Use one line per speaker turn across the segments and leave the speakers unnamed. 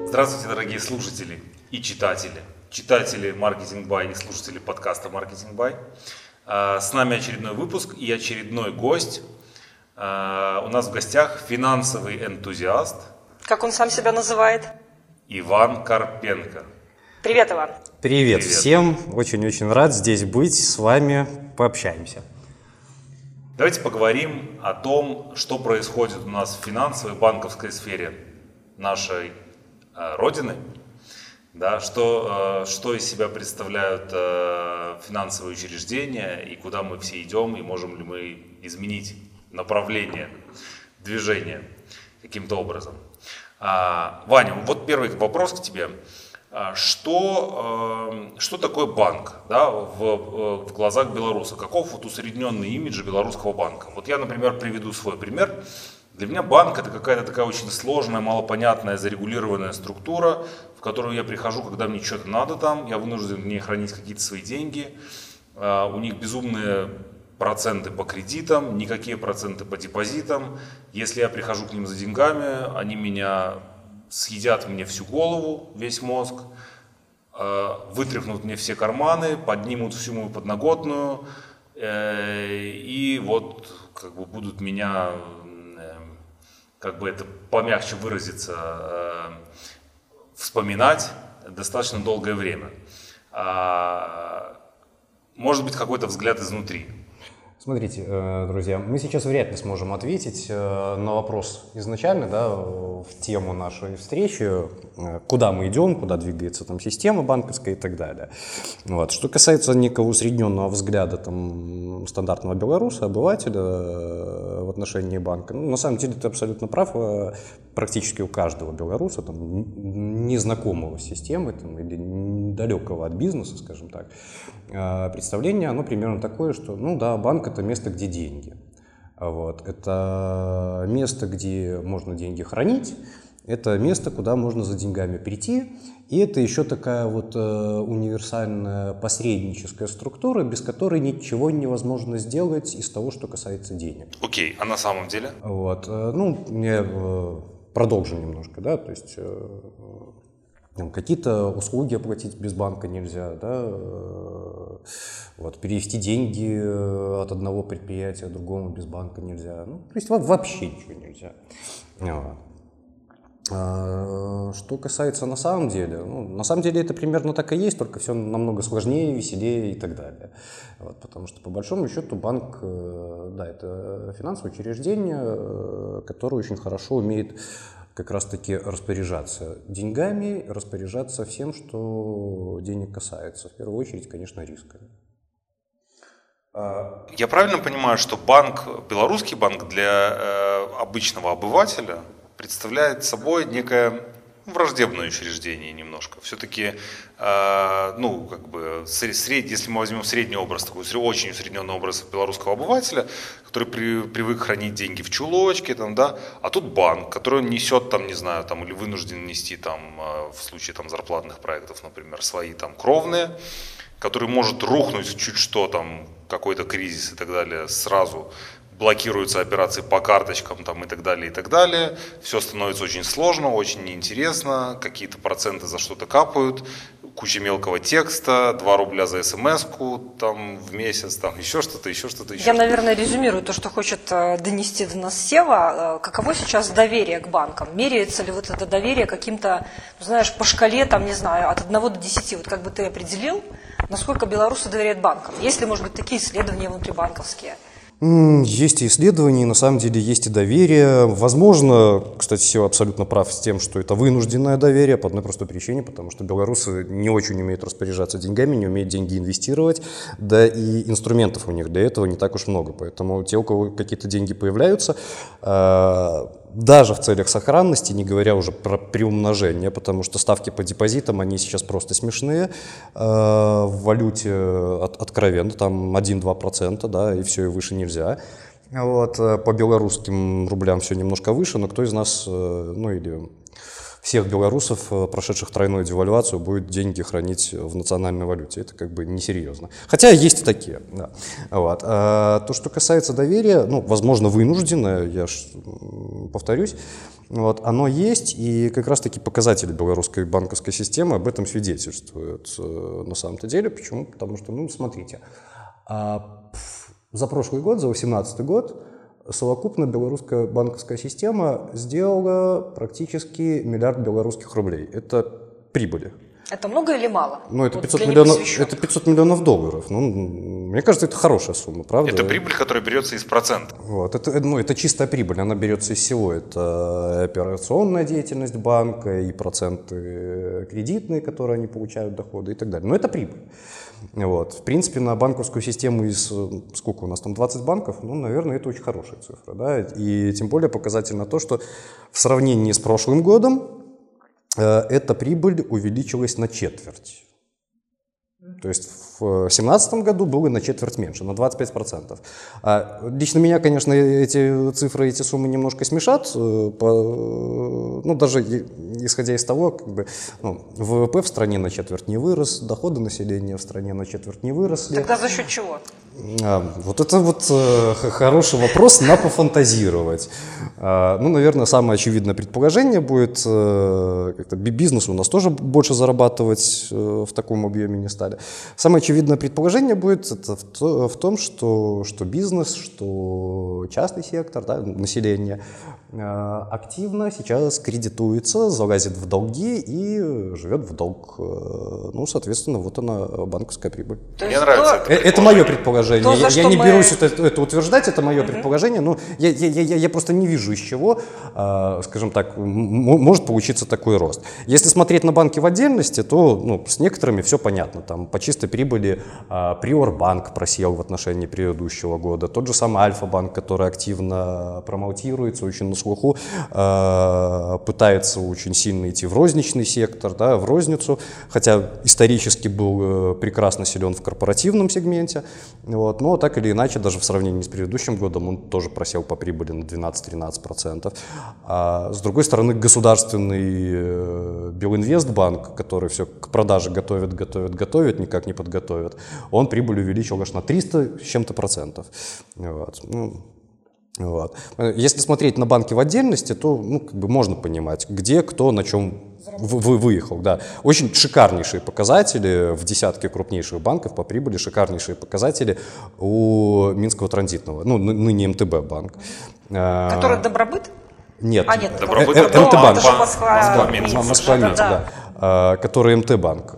Здравствуйте, дорогие слушатели и читатели. Читатели Marketing By и слушатели подкаста Marketing By. С нами очередной выпуск и очередной гость. У нас в гостях финансовый энтузиаст.
Как он сам себя называет?
Иван Карпенко.
Привет, Иван.
Привет всем. Очень-очень рад здесь быть. С вами пообщаемся.
Давайте поговорим о том, что происходит у нас в финансовой банковской сфере нашей Родины. Да, что из себя представляют финансовые учреждения и куда мы все идем, и можем ли мы изменить направление движения каким-то образом. Ваня, вот первый вопрос к тебе. Что такое банк, да, в глазах белоруса? Каков вот усредненный имидж белорусского банка? Вот я, например, приведу свой пример. Для меня банк – это какая-то такая очень сложная, малопонятная, зарегулированная структура, в которую я прихожу, когда мне что-то надо там, я вынужден в ней хранить какие-то свои деньги. У них безумные проценты по кредитам, никакие проценты по депозитам. Если я прихожу к ним за деньгами, они меня съедят мне всю голову, весь мозг, вытряхнут мне все карманы, поднимут всю мою подноготную и вот как бы будут меня, как бы это помягче выразиться, вспоминать достаточно долгое время. Может быть, какой-то взгляд изнутри.
Смотрите, друзья, мы сейчас вряд ли сможем ответить на вопрос изначально, да, в тему нашей встречи, куда мы идем, куда двигается там система банковская и так далее. Вот. Что касается некого усредненного взгляда там, стандартного белоруса, обывателя в отношении банка, ну, на самом деле ты абсолютно прав, практически у каждого белоруса, там, незнакомого с системой там, или далекого от бизнеса, скажем так, представление, оно примерно такое, что, ну да, банк – это место, где деньги. Вот. Это место, где можно деньги хранить, это место, куда можно за деньгами прийти, и это еще такая вот универсальная посредническая структура, без которой ничего невозможно сделать из того, что касается денег.
Окей, а на самом деле?
Вот. Ну, я продолжу немножко, да, то есть какие-то услуги оплатить без банка нельзя, да, вот, перевести деньги от одного предприятия к другому без банка нельзя, ну, то есть вообще ничего нельзя. Что касается на самом деле, ну, на самом деле это примерно так и есть, только все намного сложнее, веселее и так далее. Вот, потому что по большому счету банк, да, это финансовое учреждение, которое очень хорошо умеет как раз-таки распоряжаться деньгами, распоряжаться всем, что денег касается. В первую очередь, конечно, рисками.
Я правильно понимаю, что банк, белорусский банк для обычного обывателя представляет собой некое враждебное учреждение немножко. Все-таки, ну, как бы, если мы возьмем средний образ, такой очень усредненный образ белорусского обывателя, который привык хранить деньги в чулочке, там, да, а тут банк, который несет, там, не знаю, там, или вынужден нести, там, в случае там, зарплатных проектов, например, свои там кровные, который может рухнуть чуть что, там, какой-то кризис и так далее, сразу блокируются операции по карточкам там, и так далее, и так далее. Все становится очень сложно, очень неинтересно, какие-то проценты за что-то капают, куча мелкого текста, 2 рубля за смс-ку там, в месяц, там, еще что-то.
Я, наверное, резюмирую то, что хочет донести до нас Сева. Каково сейчас доверие к банкам? Меряется ли вот это доверие каким-то, знаешь, по шкале, там, не знаю, от 1 до 10, вот как бы ты определил, насколько белорусы доверяют банкам? Есть ли, может быть, такие исследования внутрибанковские?
Есть и исследования, на самом деле есть и доверие. Возможно, кстати, Сева абсолютно прав с тем, что это вынужденное доверие по одной простой причине, потому что белорусы не очень умеют распоряжаться деньгами, не умеют деньги инвестировать, да и инструментов у них для этого не так уж много. Поэтому те, у кого какие-то деньги появляются, даже в целях сохранности, не говоря уже про приумножение, потому что ставки по депозитам, они сейчас просто смешные, в валюте откровенно, там 1-2%, да, и все, и выше нельзя. Вот, по белорусским рублям все немножко выше, но кто из нас, ну или всех белорусов, прошедших тройную девальвацию, будет деньги хранить в национальной валюте. Это как бы несерьезно. Хотя есть и такие. Да. Вот. А то, что касается доверия, ну, возможно, вынужденное, я повторюсь, вот, оно есть, и как раз-таки показатели белорусской банковской системы об этом свидетельствуют на самом-то деле. Почему? Потому что, ну, смотрите, за прошлый год, за 2018 год, совокупно белорусская банковская система сделала практически миллиард белорусских рублей. Это прибыли.
Это много или мало?
Ну, это 500 миллионов долларов. Ну, мне кажется, это хорошая сумма, правда?
Это прибыль, которая берется из процентов.
Вот. Это чистая прибыль, она берется из всего. Это операционная деятельность банка и проценты кредитные, которые они получают, доходы и так далее. Но это прибыль. Вот. В принципе, на банковскую систему из, сколько у нас там, 20 банков, ну, наверное, это очень хорошая цифра. Да? И тем более показательно то, что в сравнении с прошлым годом эта прибыль увеличилась на четверть. То есть в 2017 году было на четверть меньше, на 25%. Лично меня, конечно, эти цифры, эти суммы немножко смешат, ну, даже исходя из того, как бы, ну, ВВП в стране на четверть не вырос, доходы населения в стране на четверть не выросли.
Тогда за счет чего?
Вот это вот хороший вопрос, надо пофантазировать. Ну, наверное, самое очевидное предположение будет, как-то бизнес у нас тоже больше зарабатывать в таком объеме не стали. Самое очевидное предположение будет это в том, что бизнес, что частный сектор, да, население активно сейчас кредитуется, залазит в долги и живет в долг. Ну, соответственно, вот она, банковская прибыль.
Мне нравится
это мое предположение.
То,
я не берусь это утверждать, это мое предположение, но я просто не вижу, из чего, скажем так, может получиться такой рост. Если смотреть на банки в отдельности, то, ну, с некоторыми все понятно. Там по чистой прибыли Приорбанк просел в отношении предыдущего года. Тот же самый Альфа-банк, который активно промоутируется, очень на слуху, пытается очень сильно идти в розничный сектор, да, в розницу, хотя исторически был прекрасно силен в корпоративном сегменте. Вот, но так или иначе, даже в сравнении с предыдущим годом, он тоже просел по прибыли на 12-13%. А с другой стороны, государственный Белинвестбанк, который все к продаже готовит, никак не подготовит, он прибыль увеличил аж на 300 с чем-то процентов. Вот. Вот. Если смотреть на банки в отдельности, то, ну, как бы можно понимать, где, кто, на чем выехал. Да. Очень шикарнейшие показатели в десятке крупнейших банков по прибыли, шикарнейшие показатели у Минского транзитного, ну, ныне МТБ банк.
Который Добробыт?
Нет,
Добробыт
МТ-банк.
Москва-Минск.
Да. Который МТ-банк.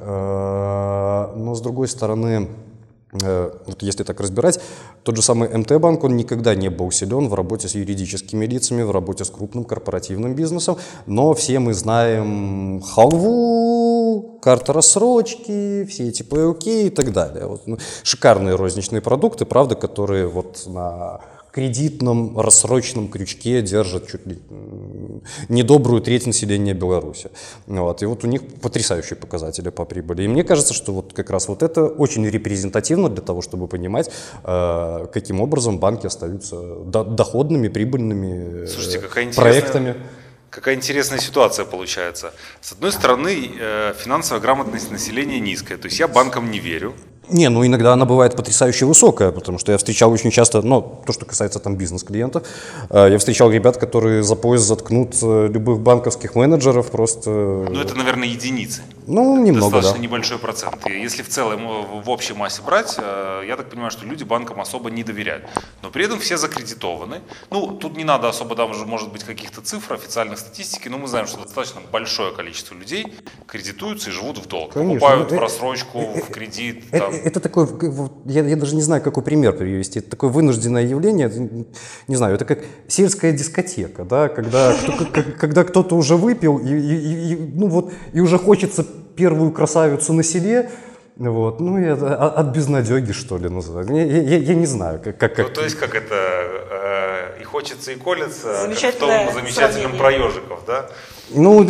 Но с другой стороны, вот если так разбирать, тот же самый МТ-банк, он никогда не был силен в работе с юридическими лицами, в работе с крупным корпоративным бизнесом, но все мы знаем халву, карта рассрочки, все эти ПЛК и так далее. Вот, ну, шикарные розничные продукты, правда, которые вот на кредитном рассроченном крючке держат чуть ли недобрую треть населения Беларуси. Вот. И вот у них потрясающие показатели по прибыли. И мне кажется, что вот как раз вот это очень репрезентативно для того, чтобы понимать, каким образом банки остаются доходными, прибыльными.
Слушайте,
проектами.
Какая интересная ситуация получается. С одной стороны, финансовая грамотность населения низкая. То есть я банкам не верю.
Не, ну иногда она бывает потрясающе высокая, потому что я встречал очень часто, ну, то, что касается там бизнес-клиентов, я встречал ребят, которые за пояс заткнут любых банковских менеджеров просто.
Ну, это, наверное, единицы.
Ну, немного,
достаточно небольшой процент. И если в целом, в общей массе брать, я так понимаю, что люди банкам особо не доверяют. Но при этом все закредитованы. Ну, тут не надо особо, там уже может быть каких-то цифр, официальных статистики, но мы знаем, что достаточно большое количество людей кредитуются и живут в долг.
Конечно.
Покупают в рассрочку, в кредит.
Это такое, я даже не знаю, какой пример привести, это такое вынужденное явление, не знаю, это как сельская дискотека, да, когда кто-то уже выпил ну вот, и уже хочется первую красавицу на селе, вот, ну и от безнадеги, что ли, называют. Я не знаю, как.
Ну, то есть, как это, и хочется, и колется, как в том замечательном про ежиков, да?
Ну,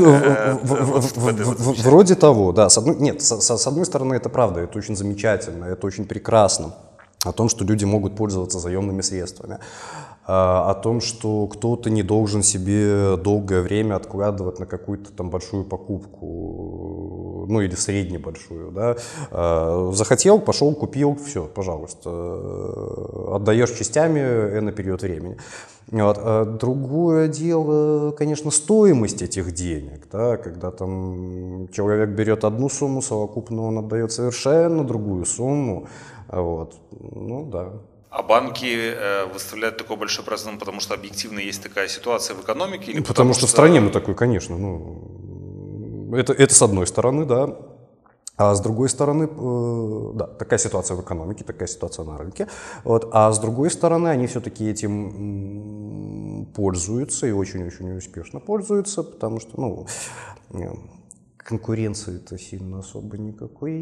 вроде того, да. С одной стороны, это правда, это очень замечательно, это очень прекрасно, о том, что люди могут пользоваться заемными средствами. о том, что кто-то не должен себе долгое время откладывать на какую-то там большую покупку, ну или среднебольшую, да. Захотел, пошел, купил, все, пожалуйста, отдаешь частями на период времени. Вот. Другое дело, конечно, стоимость этих денег, да, когда там человек берет одну сумму, совокупно он отдает совершенно другую сумму, вот. Ну да.
А банки выставляют такой большой процент, потому что объективно есть такая ситуация в экономике? Или
потому что в стране мы такой, конечно, ну, это с одной стороны, да. А с другой стороны, да, такая ситуация в экономике, такая ситуация на рынке. Вот. А с другой стороны, они все-таки этим пользуются и очень-очень успешно пользуются, потому что, ну, конкуренции-то сильно особо никакой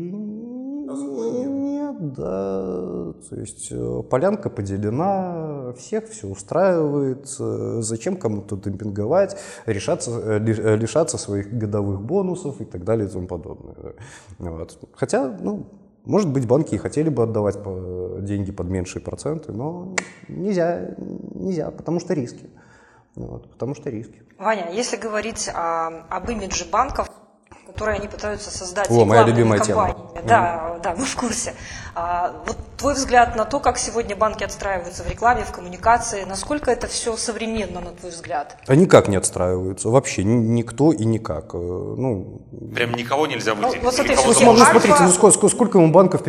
нет, да. То есть полянка поделена, всех все устраивает. Зачем кому-то демпинговать, лишаться своих годовых бонусов и так далее и тому подобное. Вот. Хотя, ну, может быть, банки и хотели бы отдавать деньги под меньшие проценты, но нельзя, потому что риски. Вот, потому что риски.
Ваня, если говорить об имидже банков, которые они пытаются создать
моя
рекламными
любимая
кампаниями.
тема.
Да, мы в курсе. Вот твой взгляд на то, как сегодня банки отстраиваются в рекламе, в коммуникации, насколько это все современно, на твой взгляд?
А никак не отстраиваются, вообще, никто и никак. Ну,
прям никого нельзя выделить?
Вот смотри,
смотрите, сколько мы банков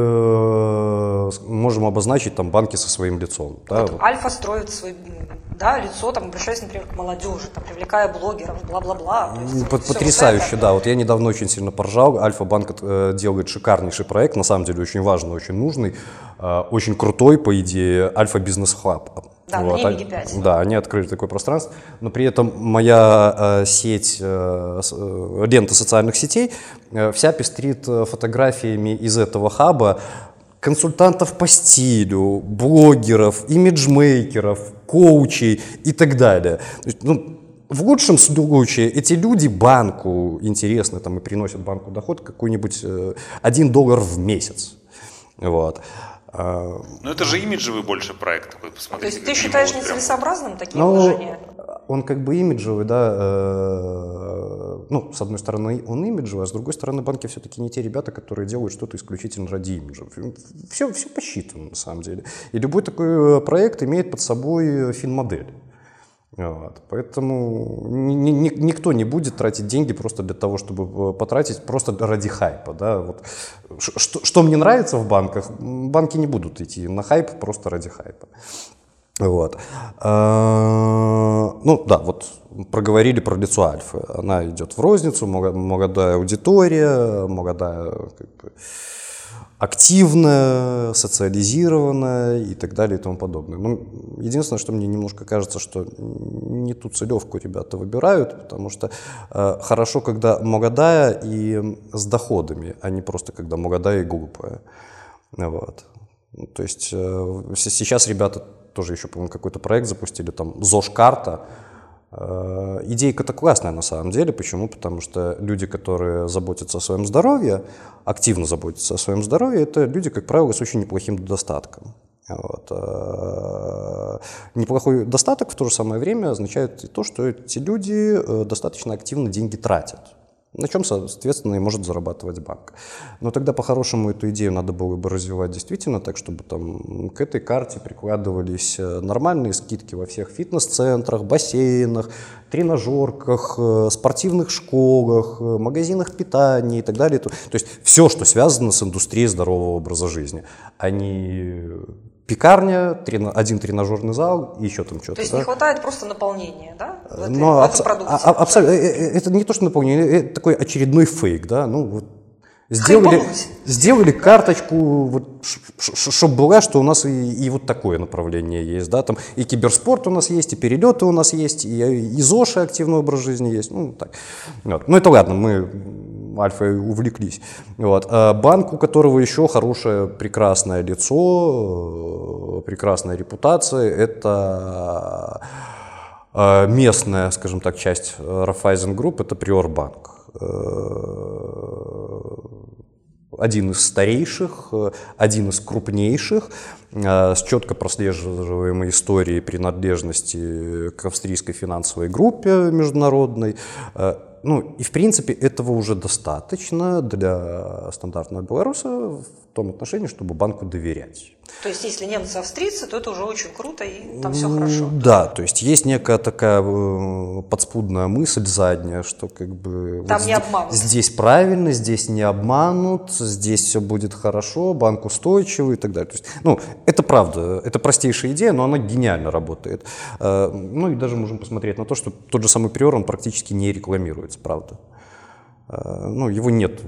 можем обозначить там банки со своим лицом. Да?
Вот Альфа строит свой... Да, лицо, там, обращаясь, например, к молодежи, там, привлекая блогеров, бла-бла-бла.
Потрясающе, да. Вот я недавно очень сильно поржал. Альфа-банк делает шикарнейший проект, на самом деле очень важный, очень нужный, очень крутой, по идее, Альфа-бизнес-хаб.
Да,
вот.
на Немиге 5.
Да, они открыли такое пространство, но при этом моя сеть, лента социальных сетей, вся пестрит фотографиями из этого хаба, консультантов по стилю, блогеров, имиджмейкеров, коучей и так далее. Ну, в лучшем случае эти люди банку интересны там, и приносят банку доход какой-нибудь $1 в месяц. Вот.
Но это же имиджевый больше проект. Вы посмотрите,
то есть ты считаешь нецелесообразным такие вложения?
Он как бы имиджевый, да, ну, с одной стороны, он имиджевый, а с другой стороны, банки все-таки не те ребята, которые делают что-то исключительно ради имиджа. Все посчитано, на самом деле. И любой такой проект имеет под собой финмодель. Вот. Поэтому никто не будет тратить деньги просто для того, чтобы потратить просто ради хайпа. Да? Вот. Что мне нравится в банках, банки не будут идти на хайп просто ради хайпа. Вот. Ну да, вот проговорили про лицо Альфы. Она идет в розницу, молодая аудитория, молодая, как бы, активная, социализированная и так далее и тому подобное. Ну, единственное, что мне немножко кажется, что не ту целевку ребята выбирают, потому что хорошо, когда молодая и с доходами, а не просто когда молодая и глупая. Вот. То есть сейчас ребята тоже еще, по-моему, какой-то проект запустили, там, ЗОЖ-карта. Идейка-то классная на самом деле. Почему? Потому что люди, которые заботятся о своем здоровье, активно заботятся о своем здоровье, это люди, как правило, с очень неплохим достатком. Вот. Неплохой достаток в то же самое время означает и то, что эти люди достаточно активно деньги тратят. На чем, соответственно, и может зарабатывать банк. Но тогда, по-хорошему, эту идею надо было бы развивать действительно так, чтобы там к этой карте прикладывались нормальные скидки во всех фитнес-центрах, бассейнах, тренажерках, спортивных школах, магазинах питания и так далее. То есть все, что связано с индустрией здорового образа жизни, а не пекарня, один тренажерный зал и еще там что-то.
То есть
да?
не хватает просто наполнения, да?
Но
в эту продукцию.
абсолютно. Это не то, что наполнение, это такой очередной фейк, да, ну вот. Сделали карточку, вот, чтобы была, что у нас и вот такое направление есть, да, там и киберспорт у нас есть, и перелеты у нас есть, и ЗОЖ, и активный образ жизни есть, ну так. Вот. Ну это ладно, мы Альфой увлеклись. Вот. А банк, у которого еще хорошее, прекрасное лицо, прекрасная репутация, это местная, скажем так, часть Raiffeisen Group, это Приорбанк. один из старейших, один из крупнейших, с четко прослеживаемой историей принадлежности к австрийской финансовой группе международной. Ну, и в принципе этого уже достаточно для стандартного белоруса в том отношении, чтобы банку доверять.
То есть, если немцы австрийцы, то это уже очень круто, и там все хорошо.
Да, то есть есть некая такая подспудная мысль задняя, что как бы
там
вот
не обманут.
Здесь правильно, здесь не обманут, здесь все будет хорошо, банк устойчивый и так далее. То есть, ну, это правда, это простейшая идея, но она гениально работает. Ну и даже можем посмотреть на то, что тот же самый Приор, он практически не рекламируется, правда. Ну, его нет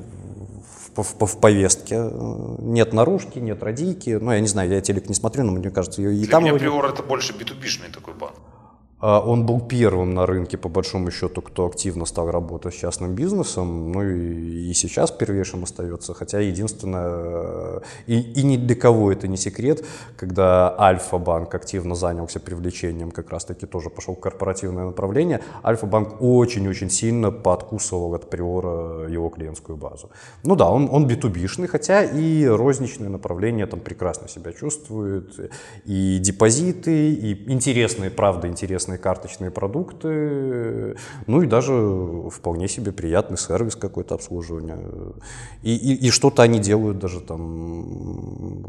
в повестке. Нет наружки, нет радийки. Ну, я не знаю, я телек не смотрю, но мне кажется, и
для
там...
Для меня Приор это больше B2B-шный такой банк.
Он был первым на рынке, по большому счету, кто активно стал работать с частным бизнесом, ну и сейчас первейшим остается, хотя единственное, и ни для кого это не секрет, когда Альфа-банк активно занялся привлечением, как раз-таки тоже пошел в корпоративное направление, Альфа-банк очень-очень сильно пооткусывал от Приора его клиентскую базу. Ну да, он B2B-шный, хотя и розничное направление там прекрасно себя чувствует, и депозиты, и интересные, правда, интересные карточные продукты, ну и даже вполне себе приятный сервис какой-то обслуживания. И что-то они делают даже там,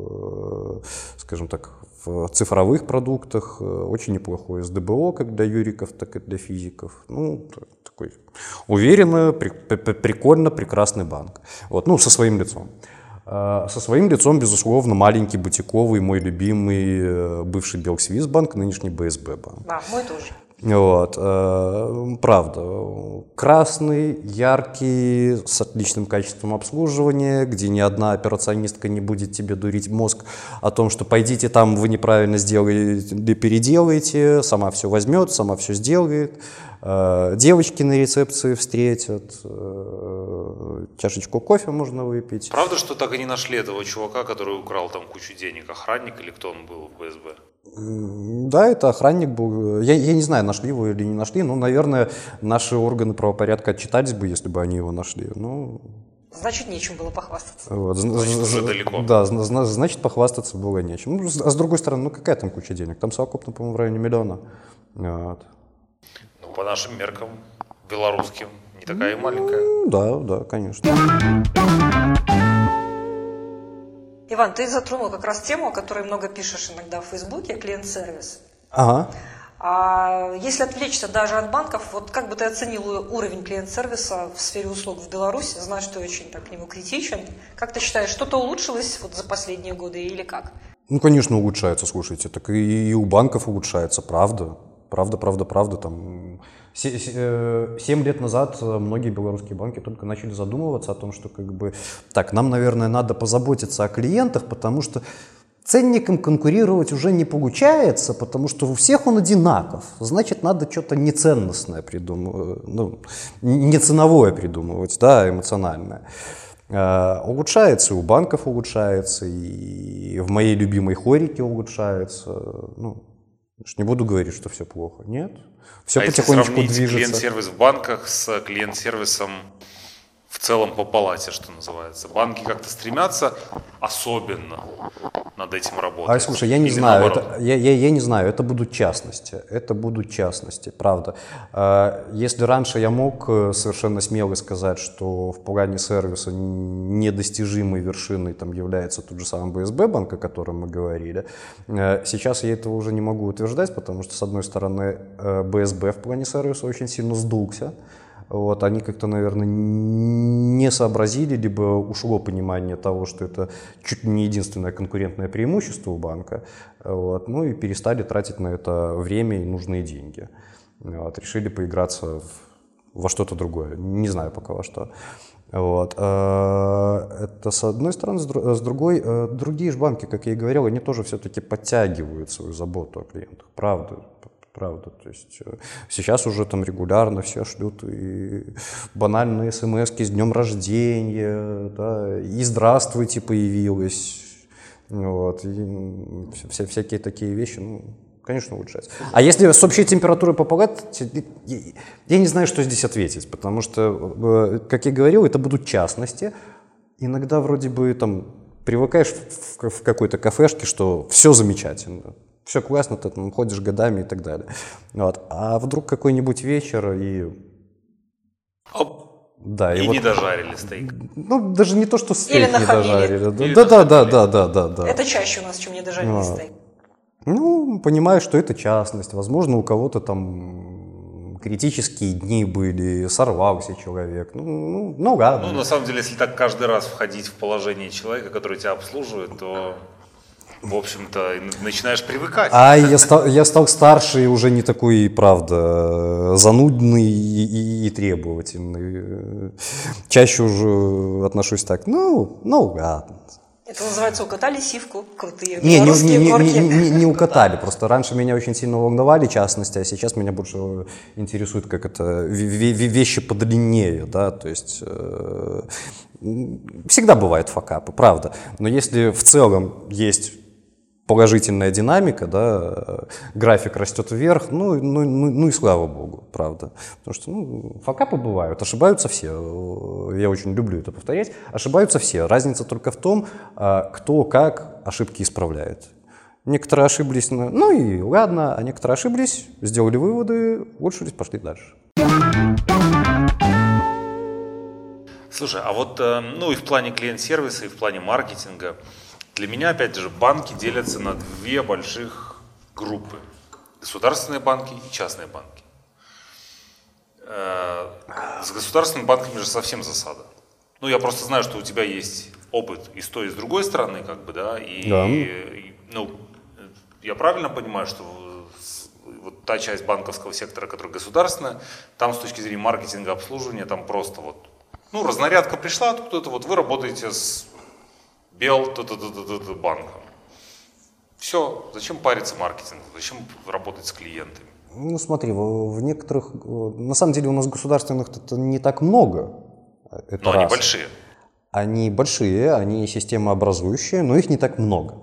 скажем так, в цифровых продуктах. Очень неплохое СДБО как для юриков, так и для физиков. Ну, такой уверенно, прикольно, прекрасный банк. Вот, ну, со своим лицом. Со своим лицом, безусловно, маленький, бутиковый, мой любимый бывший Белксвиссбанк, нынешний БСБ банк.
Да, мой тоже.
Вот, правда, красный, яркий, с отличным качеством обслуживания, где ни одна операционистка не будет тебе дурить мозг о том, что пойдите там, вы неправильно сделаете, переделаете, сама все возьмет, сама все сделает. Девочки на рецепции встретят, чашечку кофе можно выпить.
Правда, что так и не нашли этого чувака, который украл там кучу денег? Охранник или кто он был в ФСБ?
Да, это охранник был. Я не знаю, нашли его или не нашли, но, наверное, наши органы правопорядка отчитались бы, если бы они его нашли. Ну,
значит, нечем было похвастаться.
Вот.
Значит, уже далеко.
Да, значит, похвастаться было нечем. Ну, а с другой стороны, ну какая там куча денег? Там совокупно, по-моему, в районе миллиона. Вот.
Ну, по нашим меркам, белорусским, не такая и маленькая.
Да, конечно.
Иван, ты затронул как раз тему, о которой много пишешь иногда в Фейсбуке, клиент-сервис.
Ага.
А если отвлечься даже от банков, вот как бы ты оценил уровень клиент-сервиса в сфере услуг в Беларуси? Знаю, что ты очень так к нему критичен. Как ты считаешь, что-то улучшилось вот за последние годы или как?
Ну, конечно, улучшается, слушайте. Так и у банков улучшается, правда. Правда. Там 7 лет назад многие белорусские банки только начали задумываться о том, что как бы так, нам, наверное, надо позаботиться о клиентах, потому что ценником конкурировать уже не получается, потому что у всех он одинаков. Значит, надо что-то неценностное придумывать, ну, не ценовое придумывать, да, эмоциональное. Улучшается, и у банков улучшается, и в моей любимой хорике улучшается. Ну, не буду говорить, что все плохо. Нет. Все потихонечку
движется.
движется.
Клиент-сервис в банках с клиент-сервисом в целом по палате, что называется. Банки как-то стремятся особенно над этим работать.
Слушай, я не знаю, я не знаю, это будут частности, правда. Если раньше я мог совершенно смело сказать, что в плане сервиса недостижимой вершиной там является тот же самый БСБ банк, о котором мы говорили, сейчас я этого уже не могу утверждать, потому что, с одной стороны, БСБ в плане сервиса очень сильно сдулся. Вот, они как-то, наверное, не сообразили, либо ушло понимание того, что это чуть ли не единственное конкурентное преимущество у банка, вот, ну и перестали тратить на это время и нужные деньги. Вот, решили поиграться во что-то другое, не знаю пока во что. Вот. Это с одной стороны, с другой, другие же банки, как я и говорил, они тоже все-таки подтягивают свою заботу о клиентах, правда. То есть сейчас уже там регулярно все шлют и банальные смс-ки с днем рождения, да, и здравствуйте появилось, вот, и всякие такие вещи, ну, конечно, улучшается. А если с общей температурой по палате, я не знаю, что здесь ответить, потому что, как я говорил, это будут частности. иногда вроде бы там привыкаешь в какой-то кафешке, что все замечательно, все классно, ты там ходишь годами и так далее. Вот. А вдруг какой-нибудь вечер и... Да,
И
вот,
не дожарили стейк.
ну, даже не то, что стейк не
нахамили.
дожарили.
Или
Да.
Это чаще у нас, чем недожаренный стейк.
Ну, понимаю, что это частность. Возможно, у кого-то там критические дни были, сорвался человек. Ну ладно.
Ну, на самом деле, если так каждый раз входить в положение человека, который тебя обслуживает, то, в общем-то, начинаешь привыкать.
А я стал старше и уже не такой, правда, занудный и требовательный. Чаще уже отношусь так, ну ладно.
Это называется «укатали сивку». Крутые
Не
белорусские горки.
не укатали, просто раньше меня очень сильно волновали частности, а сейчас меня больше интересует, как это, вещи подлиннее, да, то есть всегда бывают факапы, правда, но если в целом есть положительная динамика, да, график растет вверх, ну и слава богу, правда. Потому что факапы бывают, ошибаются все. Я очень люблю это повторять. Ошибаются все. Разница только в том, кто как ошибки исправляет. Некоторые ошиблись, ну и ладно, а некоторые ошиблись, сделали выводы, улучшились, пошли дальше.
Слушай, а вот, ну и в плане клиент-сервиса, и в плане маркетинга, для меня, опять же, банки делятся на две больших группы. Государственные банки и частные банки. С государственными банками же совсем засада. Ну, я просто знаю, что у тебя есть опыт и с той, и с другой стороны, как бы, да, ну, я правильно понимаю, что вот та часть банковского сектора, которая государственная, там с точки зрения маркетинга, обслуживания, там просто вот, ну, разнарядка пришла откуда-то, вот вы работаете с банком. Все, зачем париться маркетингу, зачем работать с клиентами?
Ну, смотри, в некоторых, на самом деле у нас государственных-то не так много.
Но они большие.
Они большие, они системообразующие, но их не так много.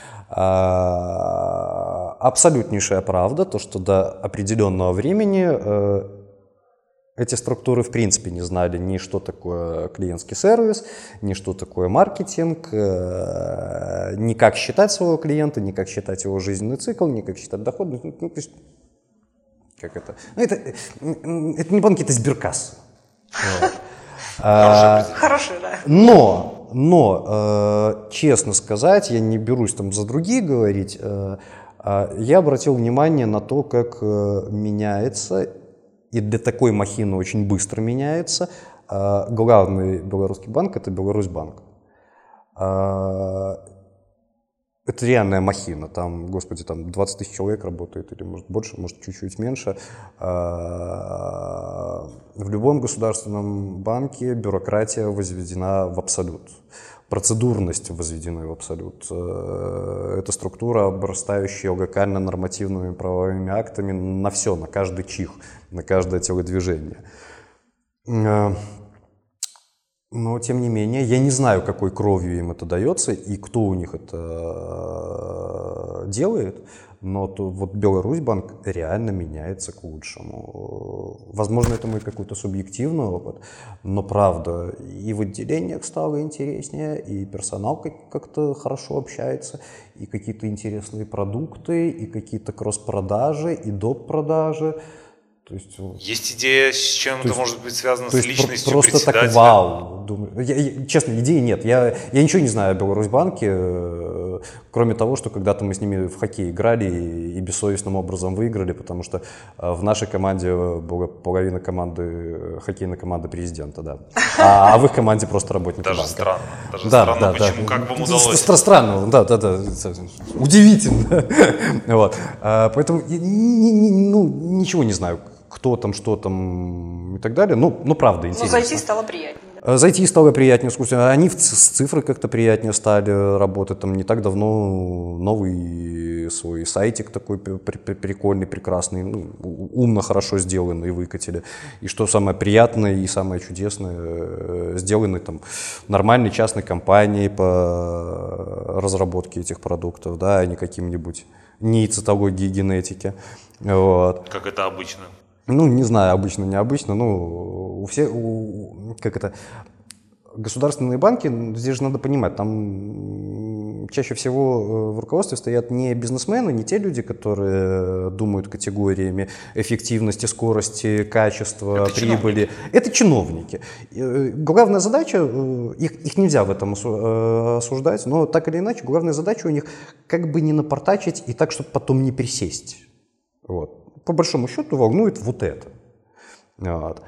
Абсолютнейшая правда, то, что до определенного времени эти структуры в принципе не знали ни что такое клиентский сервис, ни что такое маркетинг, ни как считать своего клиента, ни как считать его жизненный цикл, ни как считать доходность. Ну, то есть, как это? Ну, это не банки, это сберкассы.
Хороший, да.
Но, честно сказать, я не берусь там за другие говорить, я обратил внимание на то, как меняется, и для такой махины очень быстро меняется, главный белорусский банк – это Беларусьбанк. Это реальная махина, там, господи, там 20 тысяч человек работает, или может больше, может чуть-чуть меньше. В любом государственном банке бюрократия возведена в абсолют, процедурность возведена в абсолют. Это структура, обрастающая локально-нормативными правовыми актами на все, на каждый чих, на каждое телодвижение. Но, тем не менее, я не знаю, какой кровью им это дается и кто у них это делает, но вот Беларусьбанк реально меняется к лучшему. Возможно, это мой какой-то субъективный опыт, но правда, и в отделениях стало интереснее, и персонал как-то хорошо общается, и какие-то интересные продукты, и какие-то кросс-продажи, и доп-продажи. То есть
идея, с чем это может быть связано с личностью
просто
председателя?
Так вау. Думаю. Честно, идеи нет. Я ничего не знаю о Беларусьбанке, кроме того, что когда-то мы с ними в хоккей играли и бессовестным образом выиграли, потому что в нашей команде была половина команды, хоккейной команды президента, да. А в их команде просто работники
Даже
банка.
странно. Странно, почему, как вам удалось?
Странно, да. Удивительно. Вот. Поэтому ничего не знаю, кто там, что там и так далее. Ну, правда, интересно.
Но зайти стало приятнее. Да?
Зайти стало приятнее, слушайте, они с цифрой как-то приятнее стали работать. Там не так давно новый свой сайтик такой прикольный, прекрасный, умно, хорошо сделанный выкатили. И что самое приятное и самое чудесное, сделанный там нормальной частной компанией по разработке этих продуктов, да, а не каким-нибудь НИИ цитологии и генетики. Вот.
Как это обычно.
Не знаю, обычно, необычно, как это, государственные банки, здесь же надо понимать, там чаще всего в руководстве стоят не бизнесмены, не те люди, которые думают категориями эффективности, скорости, качества,
Это
прибыли. Это чиновники. Главная задача, их нельзя в этом осуждать, но так или иначе, главная задача у них как бы не напортачить и так, чтобы потом не присесть. Вот. По большому счету волнует вот это. Вот.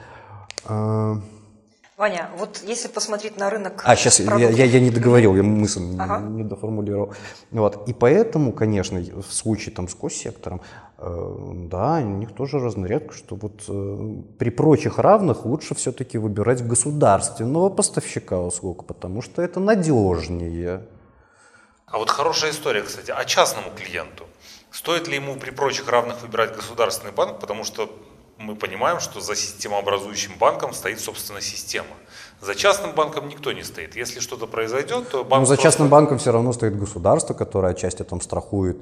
Ваня, вот если посмотреть на рынок...
Сейчас я не договорил, я мысль не доформулировал. Вот. И поэтому, конечно, в случае там, с госсектором, да, у них тоже разнарядка, что вот при прочих равных лучше все-таки выбирать государственного поставщика услуг, потому что это надежнее.
А вот хорошая история, кстати, о частному клиенту. Стоит ли ему при прочих равных выбирать государственный банк, потому что мы понимаем, что за системообразующим банком стоит, собственно, система. За частным банком никто не стоит. Если что-то произойдет, то банк...
Но за частным банком все равно стоит государство, которое отчасти там страхует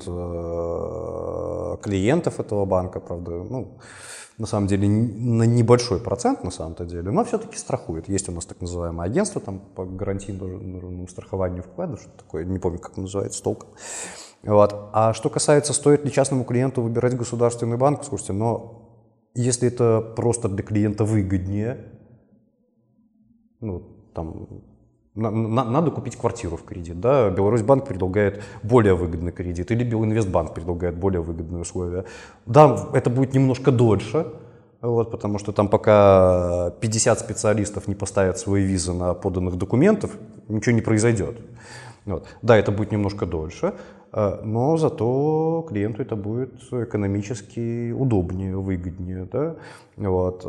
клиентов этого банка, правда, ну, на самом деле, на небольшой процент, на самом-то деле, но все-таки страхует. Есть у нас так называемое агентство там, по гарантийному страхованию вкладов, что такое, не помню, как называется толком. Вот. А что касается, стоит ли частному клиенту выбирать государственный банк, слушайте, но если это просто для клиента выгоднее, ну, там, надо купить квартиру в кредит, да, Беларусьбанк предлагает более выгодный кредит, или Белинвестбанк предлагает более выгодные условия. Да, это будет немножко дольше, вот, потому что там пока 50 специалистов не поставят свои визы на поданных документов, ничего не произойдет. Вот. Да, это будет немножко дольше, но зато клиенту это будет экономически удобнее, выгоднее. Да? Вот.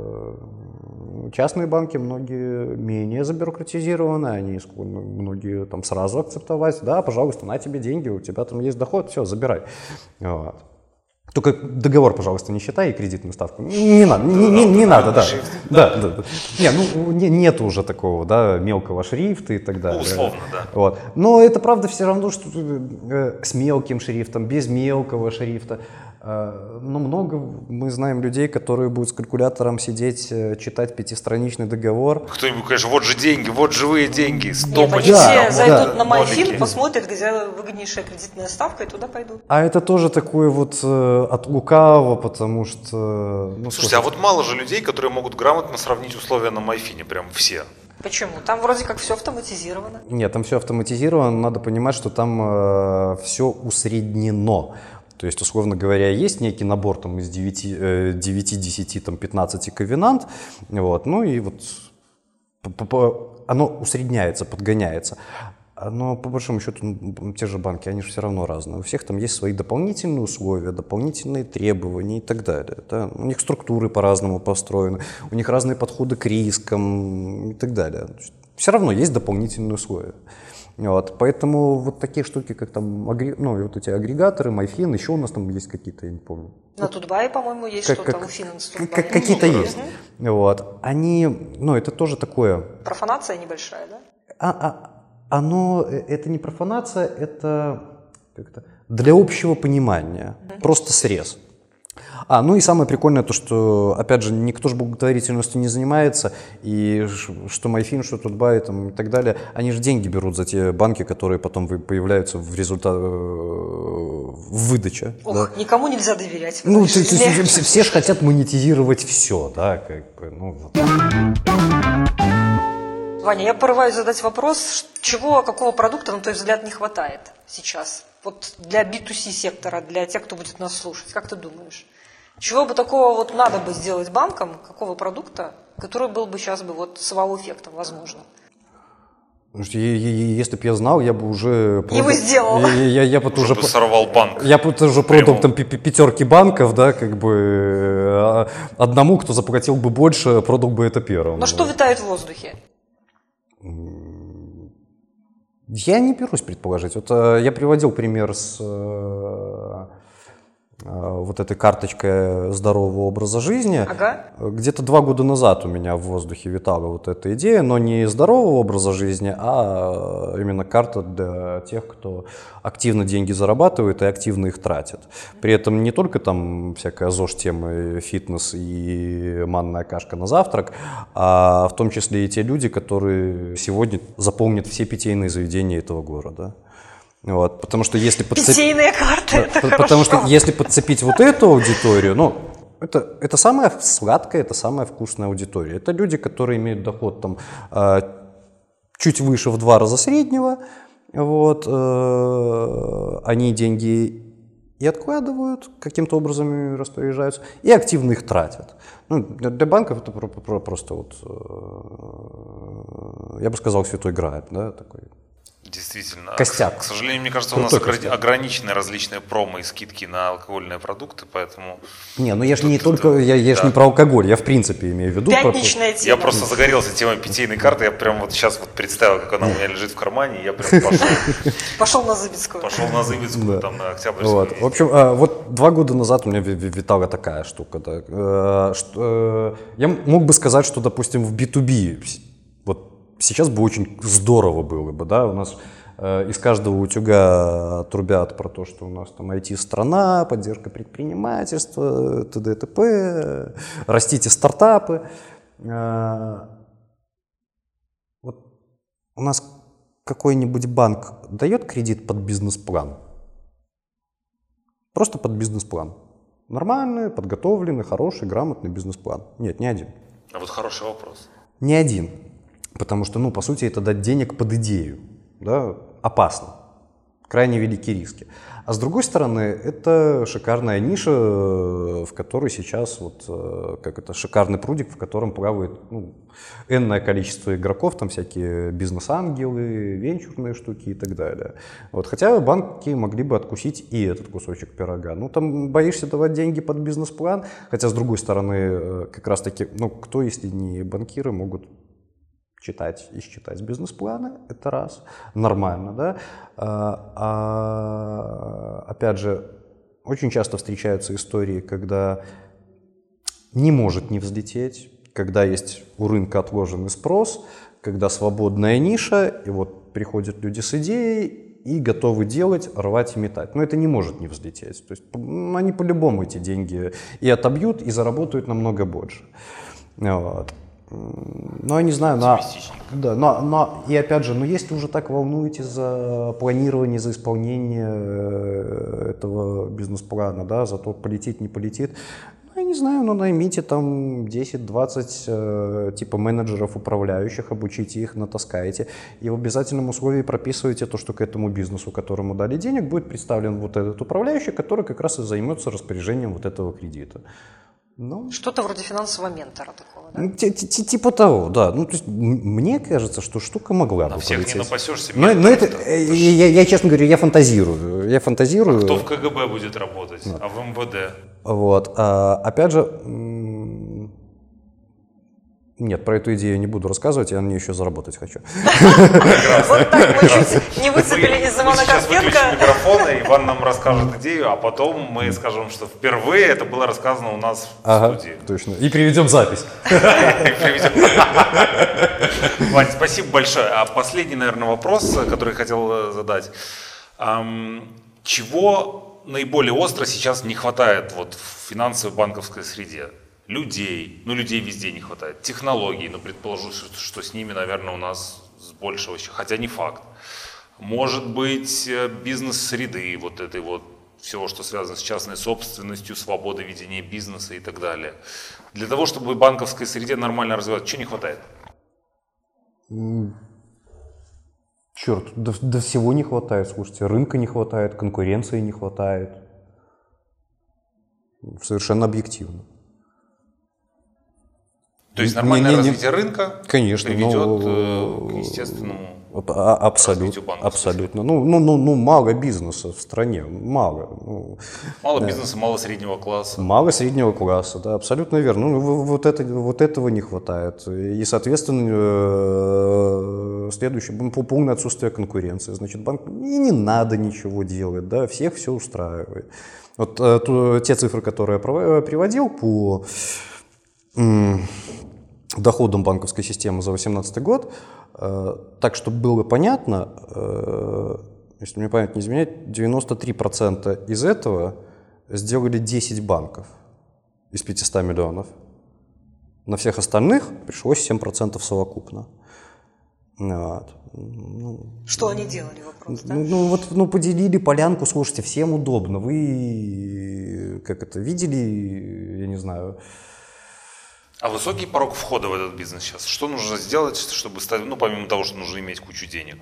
Частные банки многие менее забюрократизированы, они склонны многие там сразу акцептовать. Да, пожалуйста, на тебе деньги, у тебя там есть доход, все, забирай. Вот. Только договор, пожалуйста, не считай и кредитную ставку. Не надо, не надо, да. Да. Не, ну, нет уже такого, да, мелкого шрифта и так далее.
Условно, да.
Вот. Но это правда все равно, что с мелким шрифтом, без мелкого шрифта. Но много мы знаем людей, которые будут с калькулятором сидеть, читать 5-страничный договор.
Кто-нибудь, конечно, вот же деньги, вот живые деньги,
Нет,
стопочки.
они все зайдут на
нолики.
MyFin, посмотрят, где выгоднейшая кредитная ставка, и туда пойдут.
А это тоже такое вот от лукавого, потому что... Ну,
Слушайте, а вот мало же людей, которые могут грамотно сравнить условия на MyFin, прям все.
Почему? Там вроде как все автоматизировано.
Нет, там все автоматизировано, надо понимать, что там все усреднено. То есть, условно говоря, есть некий набор там, из 9, 10, там, 15 ковенант, вот, ну и вот оно усредняется, подгоняется. Но по большому счету те же банки, они же все равно разные. У всех там есть свои дополнительные условия, дополнительные требования и так далее. Да? У них структуры по-разному построены, у них разные подходы к рискам и так далее. Все равно есть дополнительные условия. Вот, поэтому вот такие штуки, как там, ну, вот эти агрегаторы, MyFin, еще у нас там есть какие-то, я не помню.
На Тутбае, по-моему, есть что-то, у Финанс Тутбае.
Какие-то есть. Вот, они, ну, это тоже такое...
Профанация небольшая, да?
Это не профанация, это как-то для общего понимания, просто срез. Ну и самое прикольное то, что, опять же, никто же благотворительностью не занимается, и что MyFin, что Тутбай там, и так далее, они же деньги берут за те банки, которые потом появляются в результате в выдаче.
Ох,
да.
Никому нельзя доверять.
Ну, все же хотят монетизировать все, да, как бы, ну вот.
Ваня, я порываюсь задать вопрос, какого продукта, на твой взгляд, не хватает сейчас? Вот для B2C сектора, для тех, кто будет нас слушать, как ты думаешь? Чего бы такого вот надо бы сделать банкам, какого продукта, который был бы сейчас бы вот с вау-эффектом, возможно?
Если бы я знал, я бы уже...
Его сделал.
Я бы уже
сорвал банк.
Я бы уже продал там 5 банков, да, как бы одному, кто заплатил бы больше, продал бы это первым.
Но что витает в воздухе?
Я не берусь предположить. Вот я приводил пример с вот этой карточкой здорового образа жизни.
Ага.
Где-то 2 года назад у меня в воздухе витала вот эта идея, но не здорового образа жизни, а именно карта для тех, кто активно деньги зарабатывает и активно их тратит. При этом не только там всякая ЗОЖ-тема, фитнес и манная кашка на завтрак, а в том числе и те люди, которые сегодня заполнят все питейные заведения этого города. Вот, потому что если
Питейные карты, это хорошо.
Потому что если подцепить вот эту аудиторию, ну, это самая сладкая, это самая вкусная аудитория. Это люди, которые имеют доход там чуть выше в 2 раза среднего, вот, они деньги и откладывают, каким-то образом ими распоряжаются, и активно их тратят. Ну, для банков это просто вот, я бы сказал, святой грааль, да, такой.
Действительно.
Костяк.
К сожалению, мне кажется, у нас ограничены различные промо и скидки на алкогольные продукты, поэтому...
Не, ну я же не только, я же не про алкоголь, я в принципе имею в виду...
Пятничная тема.
Я просто загорелся темой питейной карты, я прям вот сейчас вот представил, как она у меня лежит в кармане, и я прям пошел.
Пошел на Зыбицкую.
Пошел на Зыбицкую, там на Октябрьскую.
Вот. В общем, вот 2 года назад у меня витала такая штука. Да, что, я мог бы сказать, что, допустим, в B2B вот сейчас бы очень здорово было бы, да, у нас из каждого утюга трубят про то, что у нас там IT-страна, поддержка предпринимательства, т.д. т.п., растите стартапы. Вот у нас какой-нибудь банк дает кредит под бизнес-план? Просто под бизнес-план. Нормальный, подготовленный, хороший, грамотный бизнес-план. Нет, ни один.
А вот хороший вопрос.
Ни один. Потому что, ну, по сути, это дать денег под идею. Да? Опасно. Крайне великие риски. А с другой стороны, это шикарная ниша, в которой сейчас, вот, как это, шикарный прудик, в котором плавает, ну, энное количество игроков, там всякие бизнес-ангелы, венчурные штуки и так далее. Вот, хотя банки могли бы откусить и этот кусочек пирога. Ну, там боишься давать деньги под бизнес-план, хотя, с другой стороны, как раз-таки, ну, кто, если не банкиры, могут читать и считать бизнес-планы, это раз, нормально, да. Опять же, очень часто встречаются истории, когда не может не взлететь, когда есть у рынка отложенный спрос, когда свободная ниша, и вот приходят люди с идеей и готовы делать, рвать и метать. Но это не может не взлететь. То есть они по-любому эти деньги и отобьют, и заработают намного больше. Вот. Ну, я не знаю, и опять же, если уже так волнуетесь за планирование, за исполнение этого бизнес-плана, да, за то, полетит, не полетит, ну, я не знаю, наймите там 10-20 типа менеджеров, управляющих, обучите их, натаскайте, и в обязательном условии прописывайте то, что к этому бизнесу, которому дали денег, будет представлен вот этот управляющий, который как раз и займется распоряжением вот этого кредита. Ну,
что-то вроде финансового ментора такого, да?
Типа того, да. Ну, то есть, мне кажется, что штука могла бы
всех
полететь.
не напасешься.
Но это, я, честно говоря, я фантазирую.
Кто в КГБ будет работать, а в МВД?
Вот. Опять же, нет, про эту идею не буду рассказывать, я на ней еще заработать хочу.
Вот так мы чуть не выцепили из Ивана
Мы сейчас выключим
Карпенко.
микрофон, и Иван нам расскажет идею, а потом мы скажем, что впервые это было рассказано у нас в студии.
Точно. И приведем запись.
Вань, спасибо большое. А последний, наверное, вопрос, который я хотел задать. Чего наиболее остро сейчас не хватает вот в финансовой банковской среде? Людей везде не хватает, технологий, предположу, что с ними, наверное, у нас с большего, хотя не факт. Может быть, бизнес-среды, вот этой вот, всего, что связано с частной собственностью, свободой ведения бизнеса и так далее. Для того, чтобы банковской среде нормально развиваться, чего не хватает?
Черт, до всего не хватает, слушайте, рынка не хватает, конкуренции не хватает. Совершенно объективно.
То есть нормальное развитие рынка, конечно, приведет к естественному развитию банковской.
Абсолютно. Мало бизнеса в стране, мало.
Мало бизнеса, мало среднего класса.
Мало среднего класса, да, абсолютно верно. Вот этого не хватает. И, соответственно, следующее, полное отсутствие конкуренции. Значит, банк и не надо ничего делать, да, всех все устраивает. Вот те цифры, которые я приводил по доходам банковской системы за 2018 год, так, чтобы было понятно, если мне память не изменяет, 93% из этого сделали 10 банков из 500 миллионов. На всех остальных пришлось 7% совокупно. Вот.
Что они делали, вопрос, да?
Поделили полянку, слушайте, всем удобно. Вы, видели, я не знаю...
А высокий порог входа в этот бизнес сейчас? Что нужно сделать, чтобы стать, помимо того, что нужно иметь кучу денег?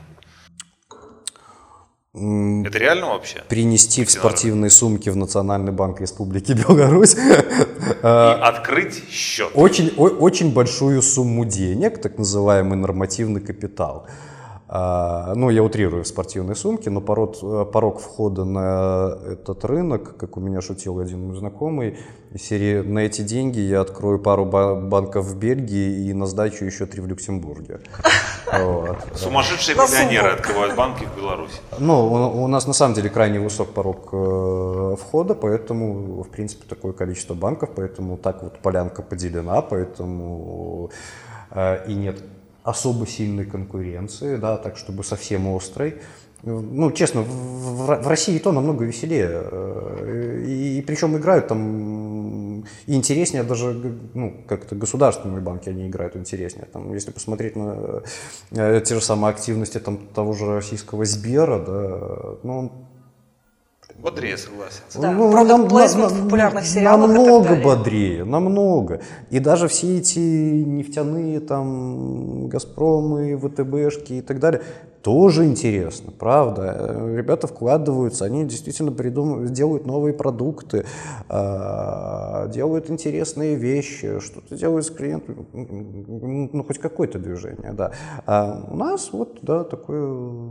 Это реально вообще?
Принести в спортивной сумке в Национальный банк Республики Беларусь.
И открыть счет.
Очень большую сумму денег, так называемый нормативный капитал. Я утрирую в спортивной сумке, но порог входа на этот рынок, как у меня шутил один мой знакомый, из серии «На эти деньги я открою пару банков в Бельгии и на сдачу еще 3 в Люксембурге».
Сумасшедшие миллионеры открывают банки в Беларуси.
У нас на самом деле крайне высок порог входа, поэтому, в принципе, такое количество банков, поэтому так вот полянка поделена, поэтому и нет особо сильной конкуренции, да, так чтобы совсем острой. Честно, в России то намного веселее. И причем играют там и интереснее даже, как-то государственные банки, они играют интереснее. Там, если посмотреть на те же самые активности того же российского Сбера, да,
бодрее, согласен.
Да, продукт плейсмент в популярных сериалах
намного бодрее, намного. И даже все эти нефтяные там Газпромы, ВТБшки и так далее, тоже интересно, правда. Ребята вкладываются, они действительно делают новые продукты, делают интересные вещи, что-то делают с клиентами, хоть какое-то движение, да. А у нас такое...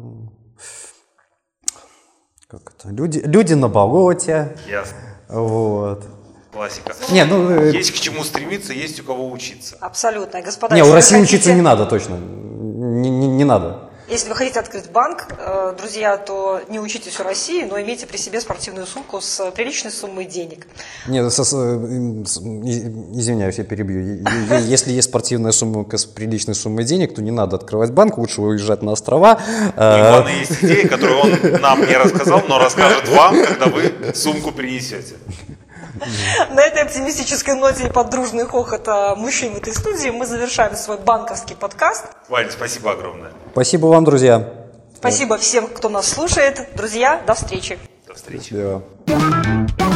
Люди на болоте.
Ясно.
Вот.
Классика. Есть к чему стремиться, есть у кого учиться.
Абсолютно. Господа,
у России учиться не надо, точно. Не надо.
Если вы хотите открыть банк, друзья, то не учитесь у России, но имейте при себе спортивную сумку с приличной суммой денег.
Нет, извиняюсь, я перебью. Если есть спортивная сумка с приличной суммой денег, то не надо открывать банк, лучше уезжать на острова.
У Ивана есть идея, которую он нам не рассказал, но расскажет вам, когда вы сумку принесете.
На этой оптимистической ноте и под дружный хохот мужчин в этой студии мы завершаем свой банковский подкаст.
Вань, спасибо огромное.
Спасибо вам, друзья.
Спасибо всем, кто нас слушает. Друзья, до встречи.
До встречи.
Счастливо.